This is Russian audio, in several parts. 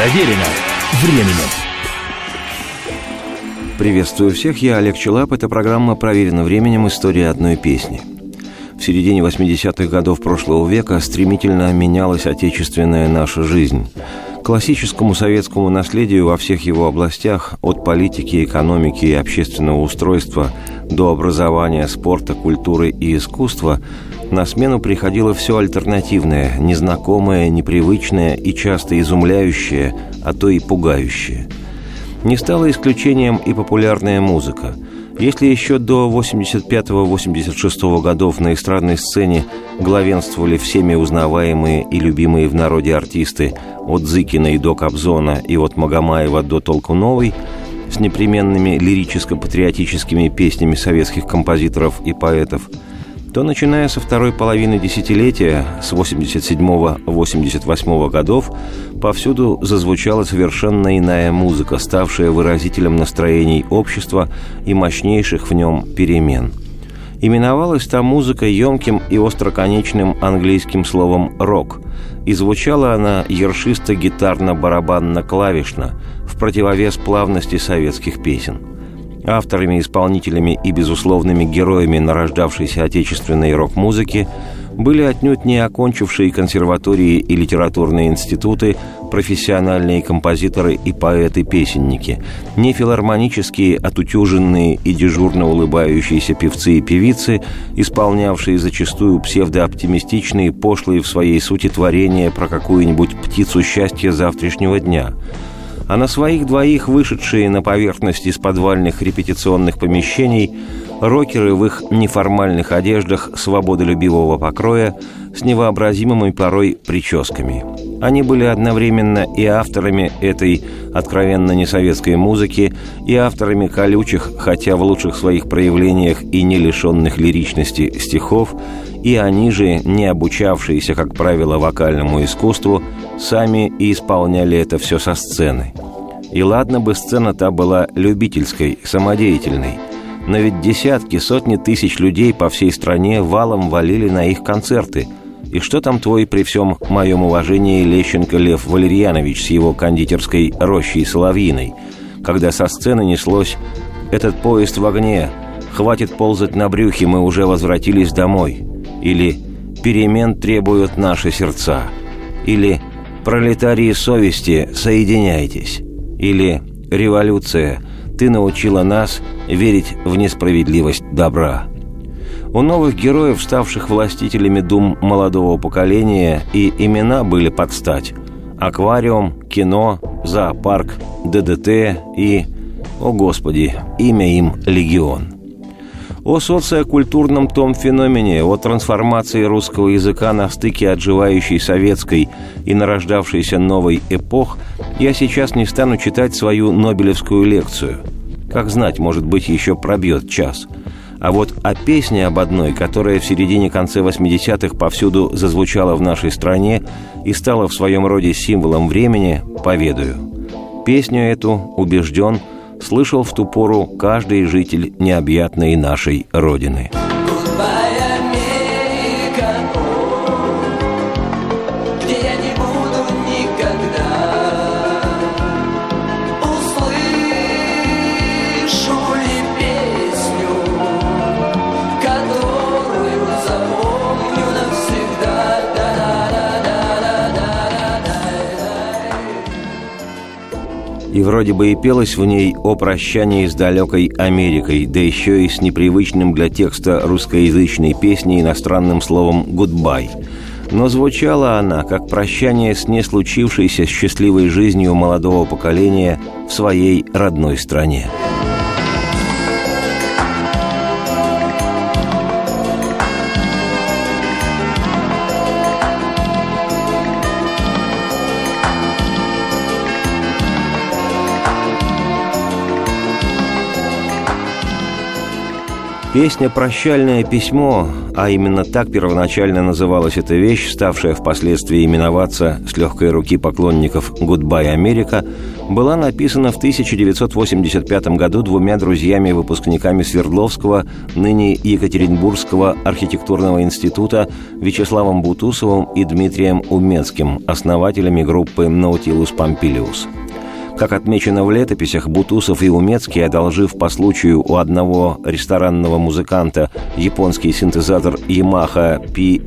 Проверено временем. Приветствую всех, я Олег Челап. Это программа «Проверено временем. История одной песни». В середине 80-х годов прошлого века стремительно менялась отечественная наша жизнь. Классическому советскому наследию во всех его областях, от политики, экономики и общественного устройства до образования, спорта, культуры и искусства, на смену приходило все альтернативное, незнакомое, непривычное и часто изумляющее, а то и пугающее. Не стало исключением и популярная музыка. Если еще до 85-86 годов на эстрадной сцене главенствовали всеми узнаваемые и любимые в народе артисты от Зыкина и до Кобзона и от Магомаева до Толкуновой, с непременными лирическо-патриотическими песнями советских композиторов и поэтов, то, начиная со второй половины десятилетия, с 87-88 годов, повсюду зазвучала совершенно иная музыка, ставшая выразителем настроений общества и мощнейших в нем перемен. Именовалась та музыка емким и остроконечным английским словом «рок», и звучала она ершисто-гитарно-барабанно-клавишно, в противовес плавности советских песен. Авторами, исполнителями и безусловными героями нарождавшейся отечественной рок-музыки были отнюдь не окончившие консерватории и литературные институты профессиональные композиторы и поэты-песенники, не филармонические, отутюженные и дежурно улыбающиеся певцы и певицы, исполнявшие зачастую псевдооптимистичные, пошлые в своей сути творения про какую-нибудь птицу счастья завтрашнего дня, а на своих двоих вышедшие на поверхность из подвальных репетиционных помещений рокеры в их неформальных одеждах свободолюбивого покроя с невообразимыми порой прическами. Они были одновременно и авторами этой откровенно несоветской музыки, и авторами колючих, хотя в лучших своих проявлениях и не лишенных лиричности стихов, и они же, не обучавшиеся, как правило, вокальному искусству, сами и исполняли это все со сцены. И ладно бы сцена та была любительской, самодеятельной, но ведь десятки, сотни тысяч людей по всей стране валом валили на их концерты. И что там твой, при всем моем уважении, Лещенко Лев Валерьянович с его кондитерской рощей Соловьиной, когда со сцены неслось «Этот поезд в огне, хватит ползать на брюхе, мы уже возвратились домой», или «Перемен требуют наши сердца», или «Пролетарии совести, соединяйтесь», или «Революция, ты научила нас верить в несправедливость добра». У новых героев, ставших властителями дум молодого поколения, и имена были под стать: «Аквариум», «Кино», «Зоопарк», «ДДТ» и, о господи, имя им «Легион». О социокультурном том феномене, о трансформации русского языка на стыке отживающей советской и нарождавшейся новой эпох я сейчас не стану читать свою нобелевскую лекцию. Как знать, может быть, еще пробьет час. А вот о песне об одной, которая в середине-конце 80-х повсюду зазвучала в нашей стране и стала в своем роде символом времени, поведаю. Песню эту, убежден, слышал в ту пору каждый житель необъятной нашей Родины. И вроде бы и пелось в ней о прощании с далекой Америкой, да еще и с непривычным для текста русскоязычной песни иностранным словом «гудбай». Но звучала она как прощание с не случившейся счастливой жизнью молодого поколения в своей родной стране. Песня «Прощальное письмо», а именно так первоначально называлась эта вещь, ставшая впоследствии именоваться с легкой руки поклонников «Гудбай, Америка», была написана в 1985 году двумя друзьями-выпускниками Свердловского, ныне Екатеринбургского архитектурного института Вячеславом Бутусовым и Дмитрием Умецким, основателями группы «Наутилус Помпилиус». Как отмечено в летописях, Бутусов и Умецкий, одолжив по случаю у одного ресторанного музыканта японский синтезатор Yamaha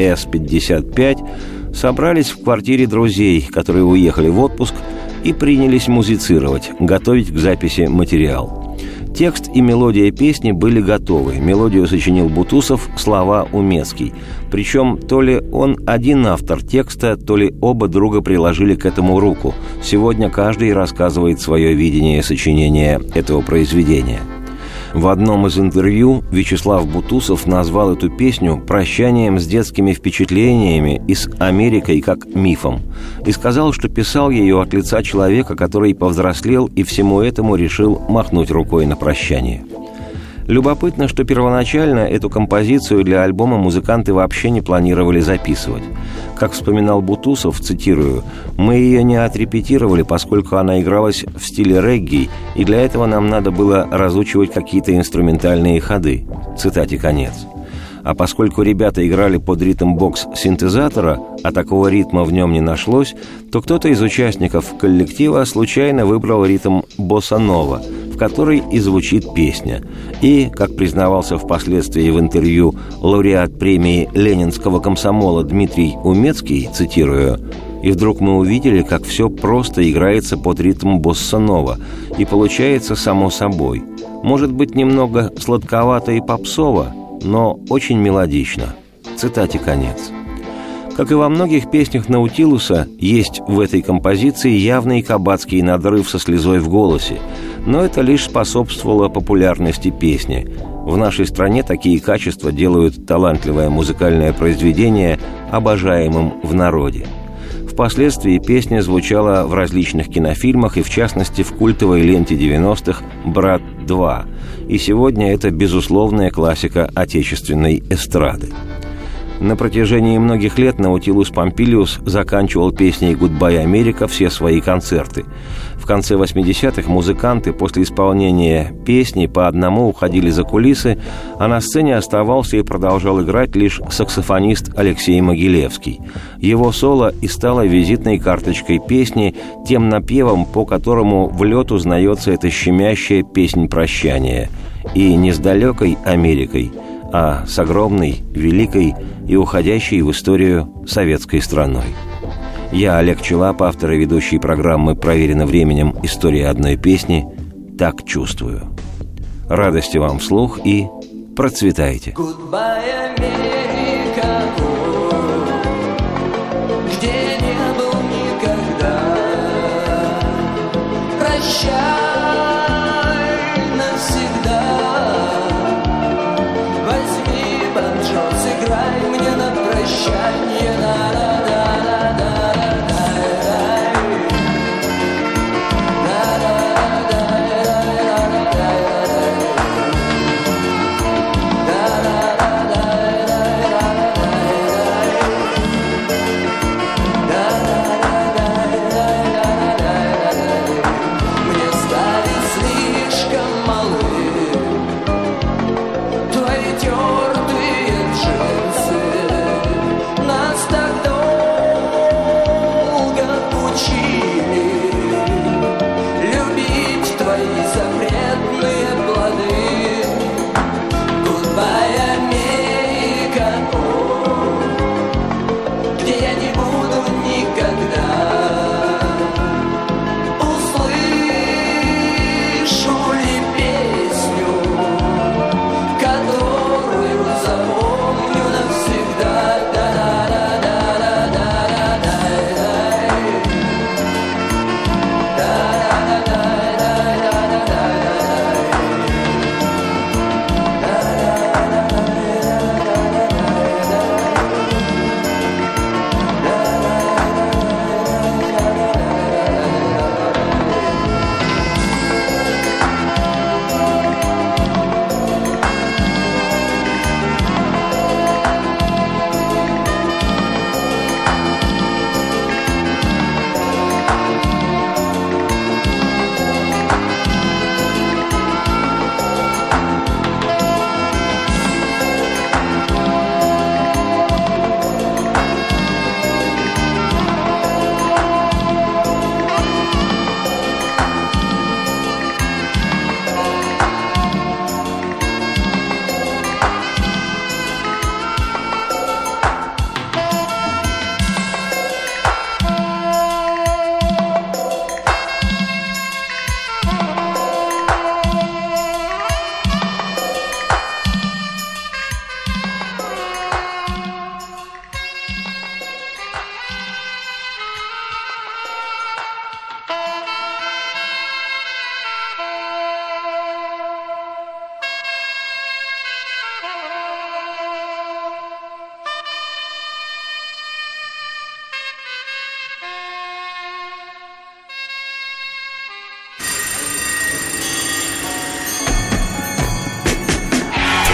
PS-55, собрались в квартире друзей, которые уехали в отпуск, и принялись музицировать, готовить к записи материал. Текст и мелодия песни были готовы. Мелодию сочинил Бутусов, слова Умецкий. Причем то ли он один автор текста, то ли оба друга приложили к этому руку. Сегодня каждый рассказывает свое видение сочинения этого произведения. В одном из интервью Вячеслав Бутусов назвал эту песню прощанием с детскими впечатлениями и с Америкой как мифом, и сказал, что писал ее от лица человека, который повзрослел и всему этому решил махнуть рукой на прощание. Любопытно, что первоначально эту композицию для альбома музыканты вообще не планировали записывать. Как вспоминал Бутусов, цитирую, «Мы ее не отрепетировали, поскольку она игралась в стиле регги, и для этого нам надо было разучивать какие-то инструментальные ходы». Цитате конец. А поскольку ребята играли под ритм-бокс синтезатора, а такого ритма в нем не нашлось, то кто-то из участников коллектива случайно выбрал ритм босса-нова, в которой и звучит песня. И, как признавался впоследствии в интервью лауреат премии Ленинского комсомола Дмитрий Умецкий, цитирую, «И вдруг мы увидели, как все просто играется под ритм босса-нова, и получается само собой. Может быть, немного сладковато и попсово, но очень мелодично». Цитате конец. Как и во многих песнях Наутилуса, есть в этой композиции явный кабацкий надрыв со слезой в голосе, но это лишь способствовало популярности песни. В нашей стране такие качества делают талантливое музыкальное произведение обожаемым в народе. Впоследствии песня звучала в различных кинофильмах и, в частности, в культовой ленте 90-х «Брат 2». И сегодня это безусловная классика отечественной эстрады. На протяжении многих лет Наутилус Помпилиус заканчивал песней «Гудбай, Америка» все свои концерты. В конце 80-х музыканты после исполнения песни по одному уходили за кулисы, а на сцене оставался и продолжал играть лишь саксофонист Алексей Могилевский. Его соло и стало визитной карточкой песни, тем напевом, по которому в лед узнается эта щемящая песнь прощания. И не с далекой Америкой, а с огромной, великой и уходящей в историю советской страной. Я, Олег Челап, автор и ведущий программы «Проверено временем. История одной песни», так чувствую. Радости вам вслух и процветайте! Goodbye, Америка, где не был никогда. Прощай навсегда. Возьми банджо, сыграй мне на прощанье.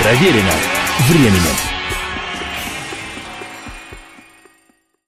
Проверено временем.